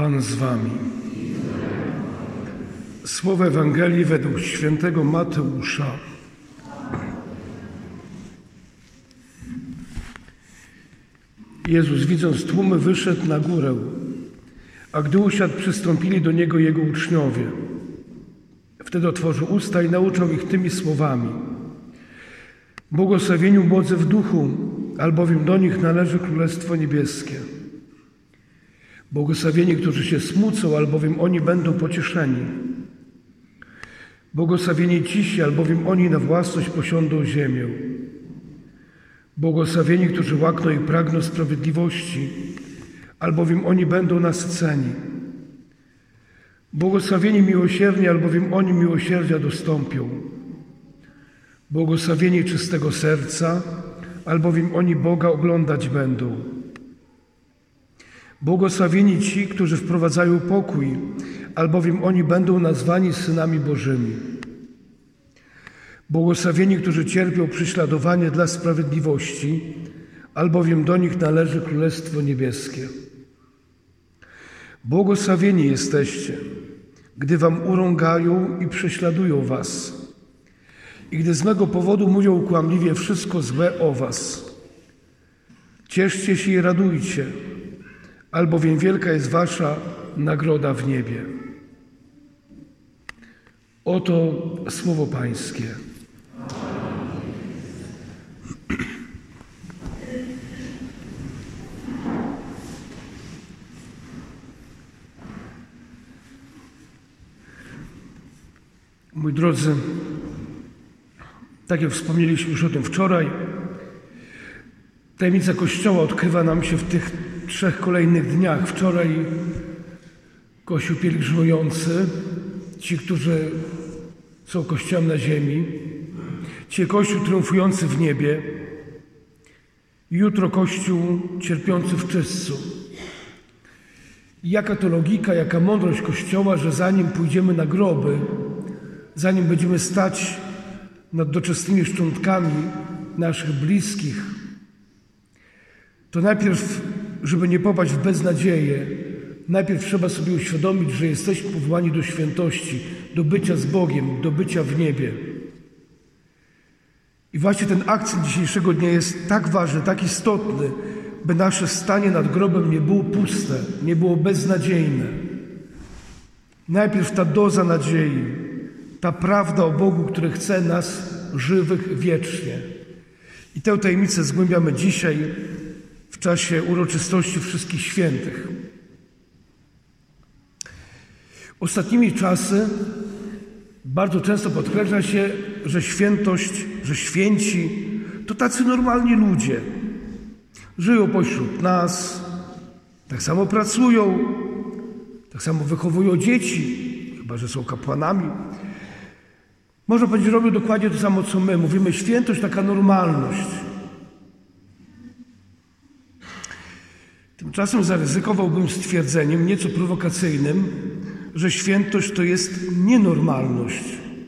Pan z wami. Słowo Ewangelii według świętego Mateusza. Jezus, widząc tłumy, wyszedł na górę, a gdy usiadł, przystąpili do Niego Jego uczniowie. Wtedy otworzył usta i nauczał ich tymi słowami. Błogosławieni ubodzy w duchu, albowiem do nich należy Królestwo Niebieskie. Błogosławieni, którzy się smucą, albowiem oni będą pocieszeni. Błogosławieni cisi, albowiem oni na własność posiądą ziemię. Błogosławieni, którzy łakną i pragną sprawiedliwości, albowiem oni będą nasyceni. Błogosławieni miłosierni, albowiem oni miłosierdzia dostąpią. Błogosławieni czystego serca, albowiem oni Boga oglądać będą. Błogosławieni ci, którzy wprowadzają pokój, albowiem oni będą nazwani synami Bożymi. Błogosławieni, którzy cierpią prześladowanie dla sprawiedliwości, albowiem do nich należy Królestwo Niebieskie. Błogosławieni jesteście, gdy wam urągają i prześladują was, i gdy z mego powodu mówią kłamliwie wszystko złe o was. Cieszcie się i radujcie, albowiem wielka jest wasza nagroda w niebie. Oto słowo Pańskie. Mój drodzy, tak jak wspomnieliśmy już o tym wczoraj, tajemnica Kościoła odkrywa nam się w tych 3 kolejnych dniach. Wczoraj Kościół pielgrzymujący, ci, którzy są Kościołem na ziemi, dzisiaj Kościół triumfujący w niebie, jutro Kościół cierpiący w czystcu. I jaka to logika, jaka mądrość Kościoła, że zanim pójdziemy na groby, zanim będziemy stać nad doczesnymi szczątkami naszych bliskich, to najpierw, żeby nie popaść w beznadzieję, najpierw trzeba sobie uświadomić, że jesteśmy powołani do świętości, do bycia z Bogiem, do bycia w niebie. I właśnie ten akcent dzisiejszego dnia jest tak ważny, tak istotny, by nasze stanie nad grobem nie było puste, nie było beznadziejne. Najpierw ta doza nadziei, ta prawda o Bogu, który chce nas żywych wiecznie. I tę tajemnicę zgłębiamy dzisiaj w czasie uroczystości Wszystkich Świętych. Ostatnimi czasy bardzo często podkreśla się, że świętość, że święci to tacy normalni ludzie. Żyją pośród nas, tak samo pracują, tak samo wychowują dzieci, chyba że są kapłanami. Można powiedzieć, robią dokładnie to samo, co my. Mówimy, świętość, taka normalność. Tymczasem zaryzykowałbym stwierdzeniem, nieco prowokacyjnym, że świętość to jest nienormalność.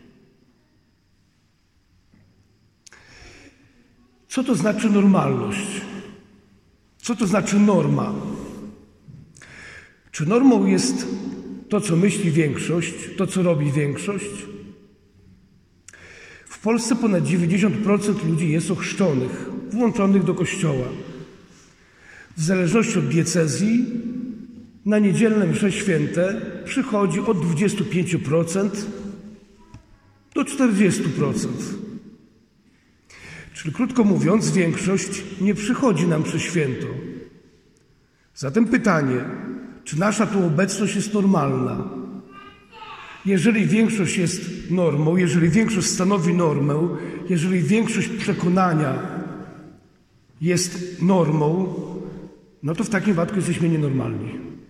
Co to znaczy normalność? Co to znaczy norma? Czy normą jest to, co myśli większość, to, co robi większość? W Polsce ponad 90% ludzi jest ochrzczonych, włączonych do Kościoła. W zależności od diecezji na niedzielne msze święte przychodzi od 25% do 40%. Czyli krótko mówiąc, większość nie przychodzi na mszę świętą. Zatem pytanie, czy nasza tu obecność jest normalna? Jeżeli większość jest normą, jeżeli większość stanowi normę, jeżeli większość przekonania jest normą, no to w takim wypadku jesteśmy nienormalni.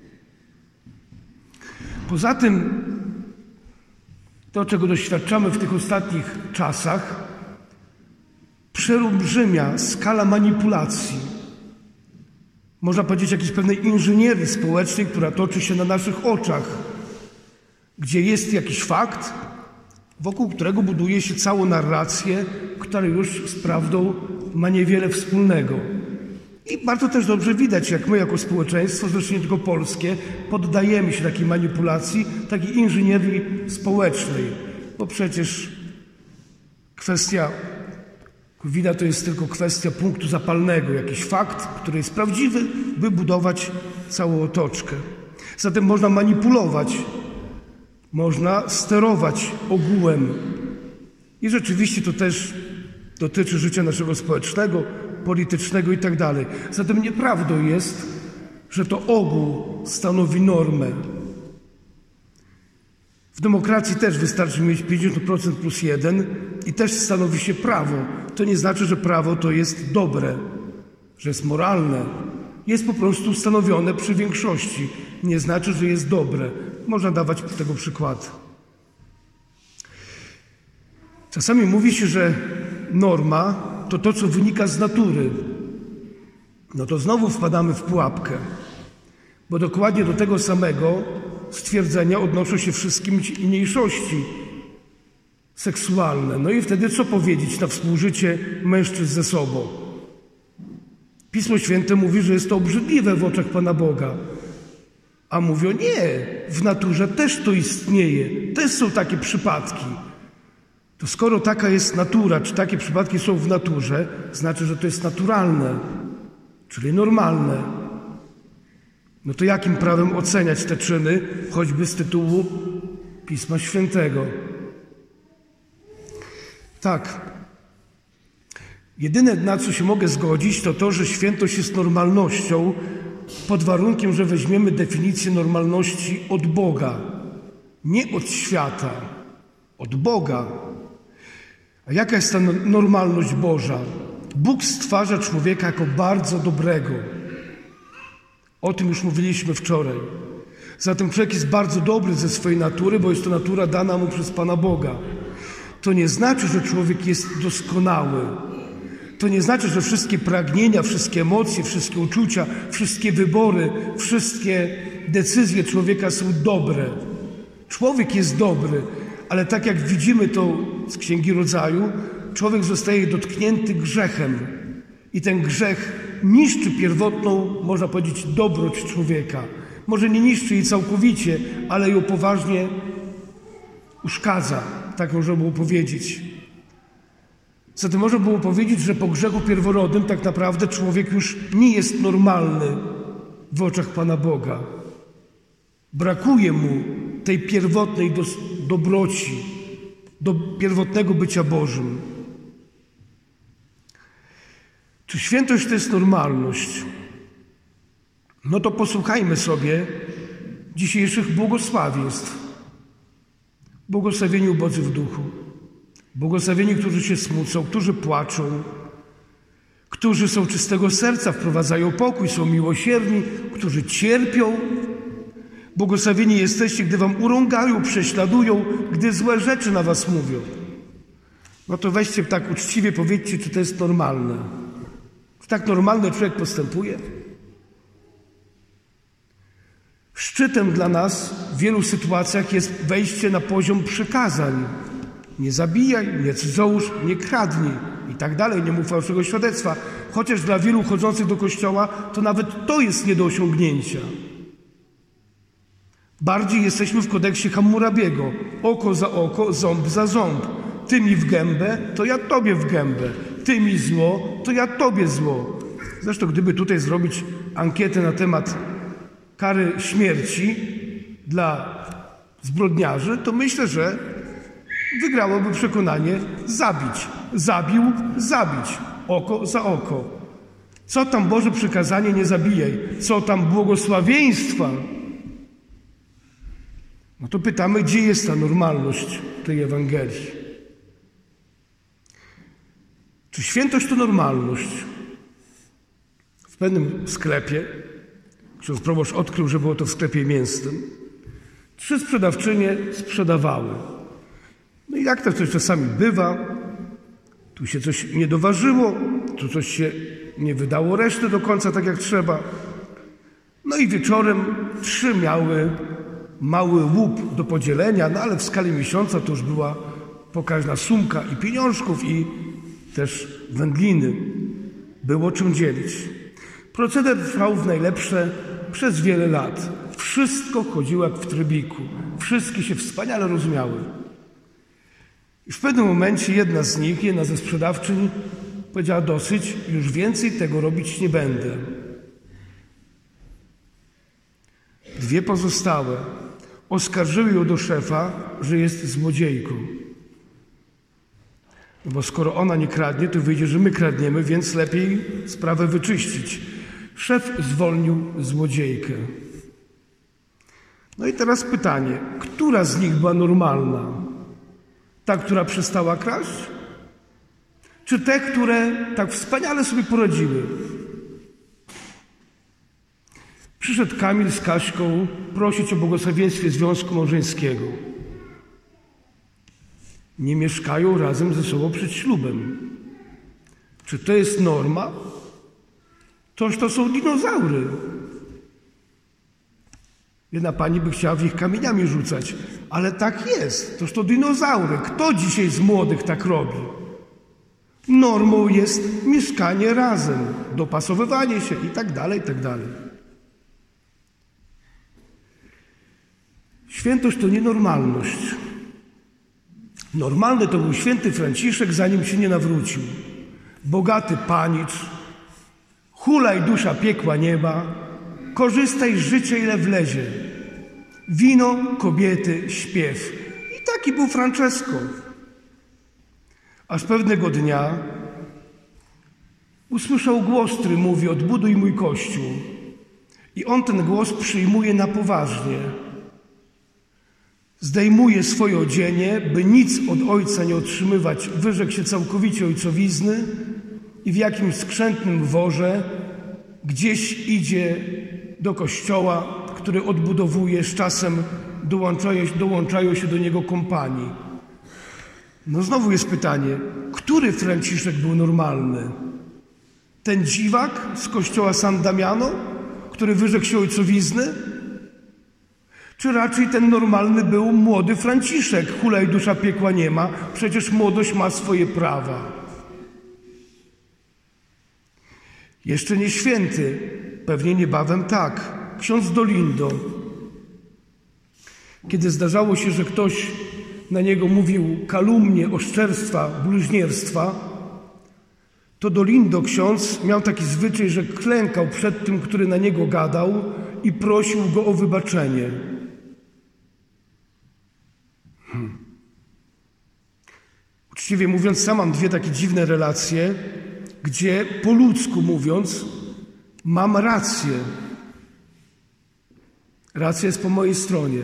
Poza tym, to czego doświadczamy w tych ostatnich czasach, przeolbrzymia skala manipulacji. Można powiedzieć jakiejś pewnej inżynierii społecznej, która toczy się na naszych oczach, gdzie jest jakiś fakt, wokół którego buduje się całą narrację, która już z prawdą ma niewiele wspólnego. I bardzo też dobrze widać, jak my jako społeczeństwo, zresztą nie tylko polskie, poddajemy się takiej manipulacji, takiej inżynierii społecznej. Bo przecież kwestia COVID-a to jest tylko kwestia punktu zapalnego, jakiś fakt, który jest prawdziwy, by budować całą otoczkę. Zatem można manipulować, można sterować ogółem. I rzeczywiście to też dotyczy życia naszego społecznego, politycznego i tak dalej. Zatem nieprawdą jest, że to ogół stanowi normę. W demokracji też wystarczy mieć 50% plus 1 i też stanowi się prawo. To nie znaczy, że prawo to jest dobre, że jest moralne. Jest po prostu stanowione przy większości. Nie znaczy, że jest dobre. Można dawać tego przykład. Czasami mówi się, że norma to to, co wynika z natury. No to znowu wpadamy w pułapkę, bo dokładnie do tego samego stwierdzenia odnoszą się wszystkie mniejszości seksualne. No i wtedy co powiedzieć na współżycie mężczyzn ze sobą? Pismo Święte mówi, że jest to obrzydliwe w oczach Pana Boga. A mówią, nie, w naturze też to istnieje, też są takie przypadki. To skoro taka jest natura, czy takie przypadki są w naturze, znaczy, że to jest naturalne, czyli normalne. No to jakim prawem oceniać te czyny, choćby z tytułu Pisma Świętego? Tak. Jedyne, na co się mogę zgodzić, to to, że świętość jest normalnością, pod warunkiem, że weźmiemy definicję normalności od Boga, nie od świata, od Boga. A jaka jest ta normalność Boża? Bóg stwarza człowieka jako bardzo dobrego. O tym już mówiliśmy wczoraj. Zatem człowiek jest bardzo dobry ze swojej natury, bo jest to natura dana mu przez Pana Boga. To nie znaczy, że człowiek jest doskonały. To nie znaczy, że wszystkie pragnienia, wszystkie emocje, wszystkie uczucia, wszystkie wybory, wszystkie decyzje człowieka są dobre. Człowiek jest dobry, ale tak jak widzimy to z Księgi Rodzaju, człowiek zostaje dotknięty grzechem i ten grzech niszczy pierwotną, można powiedzieć, dobroć człowieka. Może nie niszczy jej całkowicie, ale ją poważnie uszkadza, tak można było powiedzieć. Zatem można było powiedzieć, że po grzechu pierworodnym tak naprawdę człowiek już nie jest normalny w oczach Pana Boga. Brakuje mu tej pierwotnej dobroci, do pierwotnego bycia Bożym. Czy świętość to jest normalność? No to posłuchajmy sobie dzisiejszych błogosławieństw. Błogosławieni ubodzy w duchu, błogosławieni, którzy się smucą, którzy płaczą, którzy są czystego serca, wprowadzają pokój, są miłosierni, którzy cierpią. Błogosławieni jesteście, gdy wam urągają, prześladują, gdy złe rzeczy na was mówią. No to weźcie tak uczciwie, powiedzcie, czy to jest normalne. Czy tak normalny człowiek postępuje? Szczytem dla nas w wielu sytuacjach jest wejście na poziom przykazań. Nie zabijaj, nie cudzołóż, nie kradnij i tak dalej, nie mów fałszywego świadectwa. Chociaż dla wielu chodzących do kościoła to nawet to jest nie do osiągnięcia. Bardziej jesteśmy w kodeksie Hammurabiego. Oko za oko, ząb za ząb. Ty mi w gębę, to ja tobie w gębę. Ty mi zło, to ja tobie zło. Zresztą gdyby tutaj zrobić ankietę na temat kary śmierci dla zbrodniarzy, to myślę, że wygrałoby przekonanie zabić. Zabił, zabić. Oko za oko. Co tam Boże przykazanie nie zabijaj? Co tam błogosławieństwa? No to pytamy, gdzie jest ta normalność tej Ewangelii? Czy świętość to normalność? W pewnym sklepie, ksiądz proboszcz odkrył, że było to w sklepie mięsnym, 3 sprzedawczynie sprzedawały. No i jak to coś czasami bywa, tu się coś nie doważyło, tu coś się nie wydało reszty do końca tak jak trzeba. No i wieczorem 3 miały mały łup do podzielenia, no ale w skali miesiąca to już była pokaźna sumka i pieniążków, i też wędliny. Było czym dzielić. Proceder trwał w najlepsze przez wiele lat. Wszystko chodziło jak w trybiku. Wszystkie się wspaniale rozumiały. I w pewnym momencie jedna ze sprzedawczyń powiedziała: dosyć, już więcej tego robić nie będę. Dwie pozostałe oskarżyły ją do szefa, że jest złodziejką. No bo skoro ona nie kradnie, to wyjdzie, że my kradniemy, więc lepiej sprawę wyczyścić. Szef zwolnił złodziejkę. No i teraz pytanie, która z nich była normalna? Ta, która przestała kraść? Czy te, które tak wspaniale sobie poradziły? Przyszedł Kamil z Kaśką prosić o błogosławieństwie związku małżeńskiego. Nie mieszkają razem ze sobą przed ślubem. Czy to jest norma? Toż to są dinozaury. Jedna pani by chciała w nich kamieniami rzucać, ale tak jest. Toż to dinozaury. Kto dzisiaj z młodych tak robi? Normą jest mieszkanie razem, dopasowywanie się i tak dalej, i tak dalej. Świętość to nienormalność. Normalny to był święty Franciszek, zanim się nie nawrócił. Bogaty panicz, hulaj dusza piekła nieba, korzystaj z życia ile wlezie. Wino, kobiety, śpiew. I taki był Francesco. Aż pewnego dnia usłyszał głos, który mówi: odbuduj mój Kościół. I on ten głos przyjmuje na poważnie. Zdejmuje swoje odzienie, by nic od Ojca nie otrzymywać, wyrzekł się całkowicie ojcowizny i w jakimś skrzętnym worze gdzieś idzie do kościoła, który odbudowuje, z czasem dołączają się do niego kompanii. No znowu jest pytanie, który Franciszek był normalny? Ten dziwak z kościoła San Damiano, który wyrzekł się ojcowizny? Czy raczej ten normalny był młody Franciszek? Hulaj dusza piekła nie ma, przecież młodość ma swoje prawa. Jeszcze nie święty, pewnie niebawem tak, ksiądz Dolindo. Kiedy zdarzało się, że ktoś na niego mówił kalumnie, oszczerstwa, bluźnierstwa, to Dolindo ksiądz miał taki zwyczaj, że klękał przed tym, który na niego gadał i prosił go o wybaczenie. Uczciwie mówiąc, sam mam dwie takie dziwne relacje, gdzie po ludzku mówiąc mam rację. Racja jest po mojej stronie.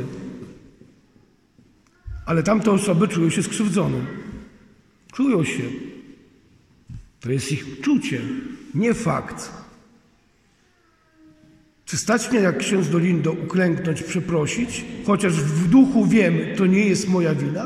Ale tamte osoby czują się skrzywdzone. Czują się. To jest ich czucie, nie fakt. Czy stać mnie, jak ksiądz Dolindo, uklęknąć, przeprosić, chociaż w duchu wiem, to nie jest moja wina?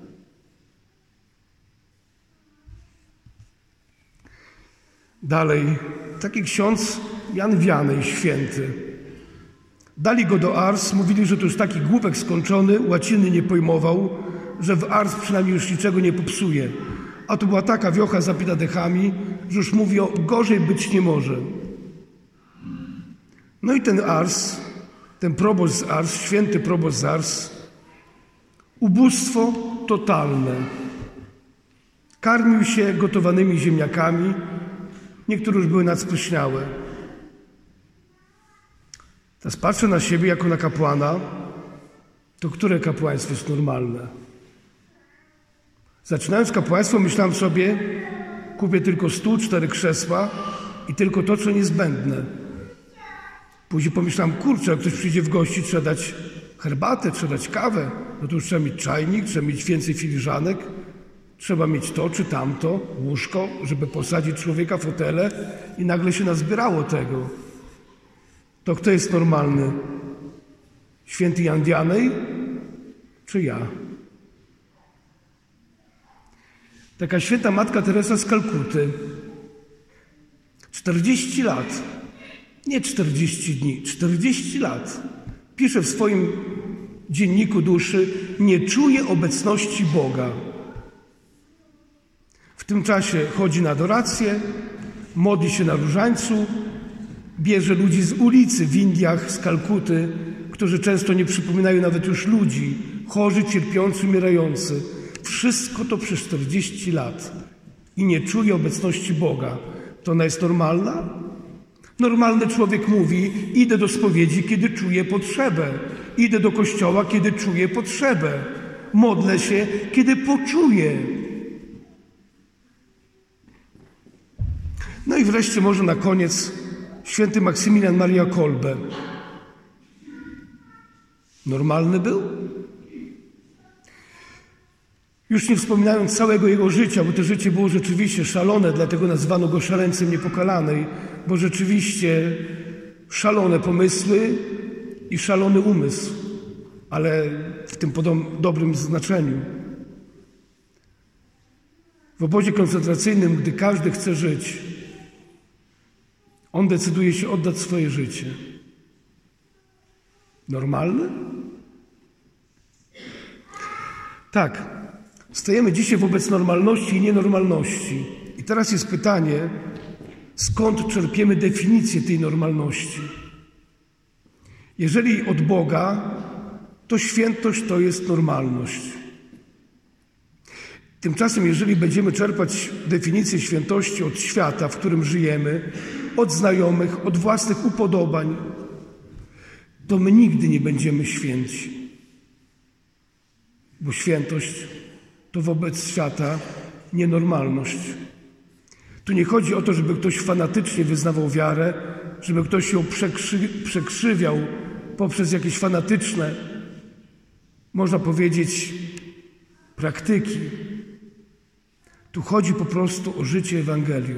Dalej, taki ksiądz Jan Wianej, święty. Dali go do Ars, mówili, że to już taki głupek skończony, łaciny nie pojmował, że w Ars przynajmniej już niczego nie popsuje. A to była taka wiocha zapita dechami, że już mówi o gorzej być nie może. No i ten Ars, ten proboszcz z Ars, święty proboszcz z Ars, ubóstwo totalne. Karmił się gotowanymi ziemniakami, niektóre już były nadspyszniałe. Teraz patrzę na siebie jako na kapłana, to które kapłaństwo jest normalne? Zaczynając kapłaństwo, myślałem sobie, kupię tylko stół, 4 krzesła i tylko to, co niezbędne. Później pomyślałem, kurczę, jak ktoś przyjdzie w gości, trzeba dać herbatę, trzeba dać kawę. No to już trzeba mieć czajnik, trzeba mieć więcej filiżanek, trzeba mieć to czy tamto, łóżko, żeby posadzić człowieka, fotele i nagle się nazbierało tego. To kto jest normalny? Święty Jan Wianej czy ja? Taka święta matka Teresa z Kalkuty. 40 lat. Nie 40 dni, 40 lat. Pisze w swoim dzienniku duszy: nie czuję obecności Boga. W tym czasie chodzi na adorację, modli się na różańcu, Bierze ludzi z ulicy w Indiach, z Kalkuty, którzy często nie przypominają nawet już ludzi, chorzy, cierpiący, umierający. Wszystko to przez 40 lat i nie czuje obecności Boga. To ona jest normalna? Normalny człowiek mówi, idę do spowiedzi, kiedy czuję potrzebę. Idę do kościoła, kiedy czuję potrzebę. Modlę się, kiedy poczuję. No i wreszcie może na koniec święty Maksymilian Maria Kolbe. Normalny był? Już nie wspominając całego jego życia, bo to życie było rzeczywiście szalone, dlatego nazwano go szaleńcem niepokalanej, bo rzeczywiście szalone pomysły i szalony umysł, ale w tym dobrym znaczeniu. W obozie koncentracyjnym, gdy każdy chce żyć, on decyduje się oddać swoje życie. Normalny? Tak. Stajemy dzisiaj wobec normalności i nienormalności. I teraz jest pytanie, skąd czerpiemy definicję tej normalności? Jeżeli od Boga, to świętość to jest normalność. Tymczasem, jeżeli będziemy czerpać definicję świętości od świata, w którym żyjemy, od znajomych, od własnych upodobań, to my nigdy nie będziemy święci. Bo świętość to wobec świata nienormalność. Tu nie chodzi o to, żeby ktoś fanatycznie wyznawał wiarę, żeby ktoś ją przekrzywiał poprzez jakieś fanatyczne, można powiedzieć, praktyki. Tu chodzi po prostu o życie Ewangelium.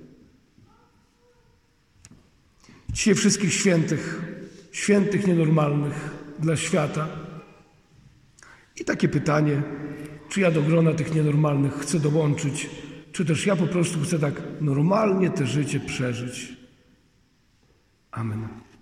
Dzisiaj wszystkich świętych nienormalnych dla świata. I takie pytanie, czy ja do grona tych nienormalnych chcę dołączyć, czy też ja po prostu chcę tak normalnie to życie przeżyć. Amen.